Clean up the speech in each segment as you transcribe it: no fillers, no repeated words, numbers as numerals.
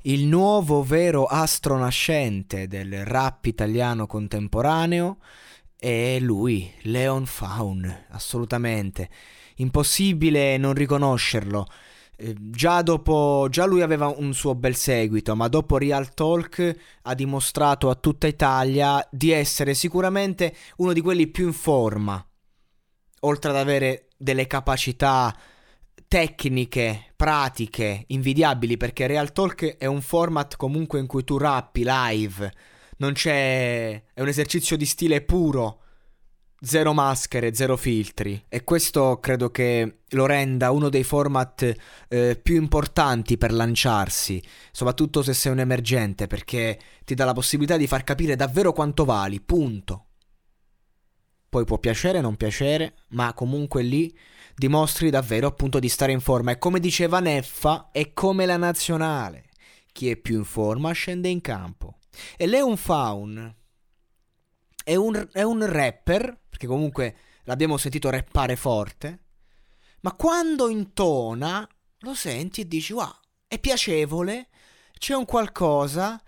il nuovo vero astro nascente del rap italiano contemporaneo è lui, Leon Faun, assolutamente. Impossibile non riconoscerlo. Già lui aveva un suo bel seguito, ma dopo Real Talk ha dimostrato a tutta Italia di essere sicuramente uno di quelli più in forma, oltre ad avere delle capacità tecniche, pratiche, invidiabili, perché Real Talk è un format comunque in cui tu rappi live, non c'è... è un esercizio di stile puro, zero maschere, zero filtri, e questo credo che lo renda uno dei format più importanti per lanciarsi, soprattutto se sei un emergente, perché ti dà la possibilità di far capire davvero quanto vali, punto. Poi può piacere o non piacere, ma comunque lì dimostri davvero appunto di stare in forma. E come diceva Neffa, è come la nazionale. Chi è più in forma scende in campo. E Leon Faun è un rapper, perché comunque l'abbiamo sentito rappare forte, ma quando intona lo senti e dici wow, è piacevole, c'è un qualcosa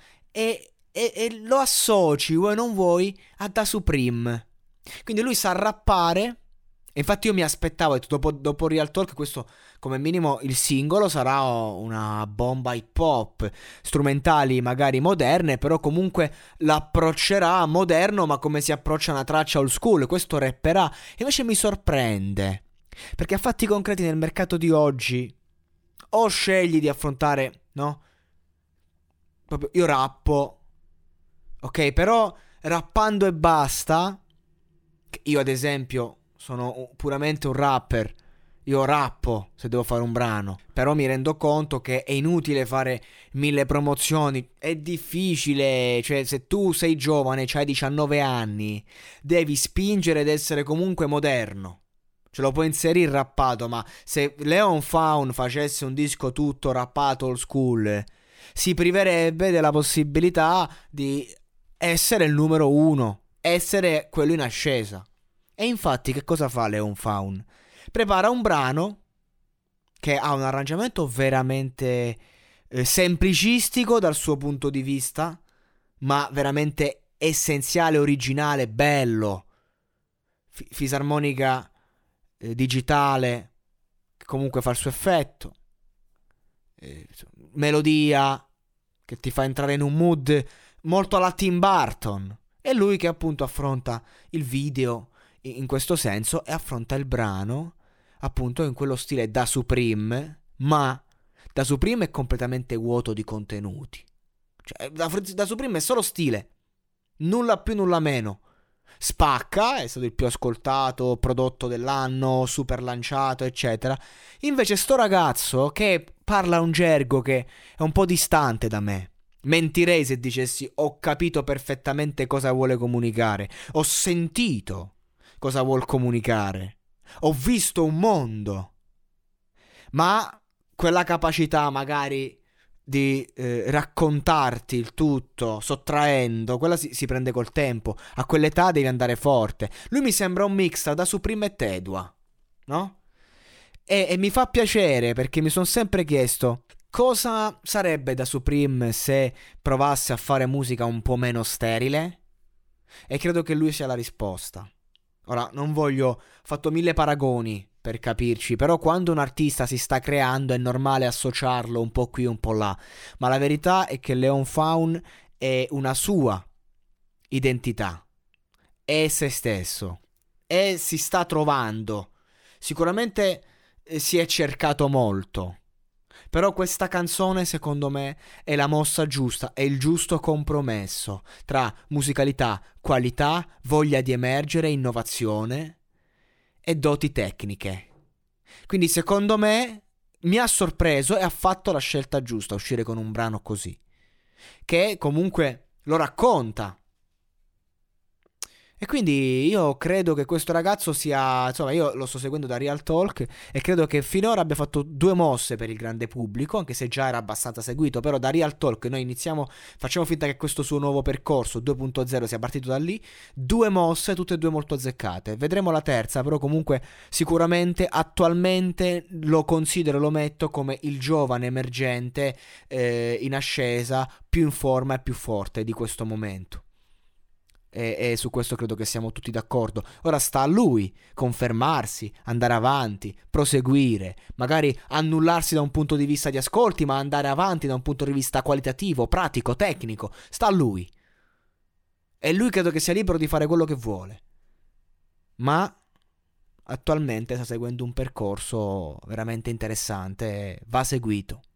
e lo associ, vuoi non vuoi, a Da Supreme. Quindi lui sa rappare. E infatti io mi aspettavo, dopo Real Talk, questo come minimo il singolo sarà una bomba hip hop, strumentali magari moderne, però comunque l'approccerà moderno, ma come si approccia una traccia old school, questo rapperà. Invece mi sorprende, perché a fatti concreti nel mercato di oggi o scegli di affrontare, no? Proprio io rappo, ok, però rappando e basta. Io ad esempio sono puramente un rapper, io rappo se devo fare un brano, però mi rendo conto che è inutile fare 1000 promozioni, è difficile, cioè se tu sei giovane, c'hai 19 anni, devi spingere ed essere comunque moderno. Ce lo puoi inserire rappato, ma se Leon Faun facesse un disco tutto rappato old school, si priverebbe della possibilità di essere il numero uno, essere quello in ascesa. E infatti che cosa fa Leon Faun? Prepara un brano che ha un arrangiamento veramente semplicistico dal suo punto di vista, ma veramente essenziale, originale, bello. Fisarmonica digitale che comunque fa il suo effetto. Melodia che ti fa entrare in un mood molto alla Tim Burton. È lui che appunto affronta il video in questo senso e affronta il brano appunto in quello stile Da Supreme, ma Da Supreme è completamente vuoto di contenuti. Cioè, Da Supreme è solo stile, nulla più nulla meno. Spacca, è stato il più ascoltato prodotto dell'anno, super lanciato, eccetera. Invece sto ragazzo che parla un gergo che è un po' distante da me. Mentirei se dicessi ho capito perfettamente cosa vuole comunicare. Ho sentito cosa vuol comunicare. Ho visto un mondo. Ma quella capacità magari di raccontarti il tutto sottraendo, quella si prende col tempo. A quell'età devi andare forte. Lui mi sembra un mix tra Da Supreme e Tedua, no? E mi fa piacere perché mi sono sempre chiesto cosa sarebbe Da Supreme se provasse a fare musica un po' meno sterile, e credo che lui sia la risposta. Ora, non voglio... ho fatto 1000 paragoni per capirci, però quando un artista si sta creando è normale associarlo un po' qui un po' là, ma la verità è che Leon Faun è una sua identità, è se stesso e si sta trovando. Sicuramente si è cercato molto, però questa canzone secondo me è la mossa giusta, è il giusto compromesso tra musicalità, qualità, voglia di emergere, innovazione e doti tecniche. Quindi secondo me mi ha sorpreso e ha fatto la scelta giusta uscire con un brano così, che comunque lo racconta. E quindi io credo che questo ragazzo sia, insomma, io lo sto seguendo da Real Talk e credo che finora abbia fatto due mosse per il grande pubblico, anche se già era abbastanza seguito, però da Real Talk noi iniziamo, facciamo finta che questo suo nuovo percorso 2.0 sia partito da lì, due mosse, tutte e due molto azzeccate. Vedremo la terza, però comunque sicuramente attualmente lo considero, lo metto come il giovane emergente in ascesa, più in forma e più forte di questo momento. E su questo credo che siamo tutti d'accordo. Ora sta a lui confermarsi, andare avanti, proseguire, magari annullarsi da un punto di vista di ascolti, ma andare avanti da un punto di vista qualitativo, pratico, tecnico. Sta a lui. E lui credo che sia libero di fare quello che vuole. Ma attualmente sta seguendo un percorso veramente interessante, va seguito.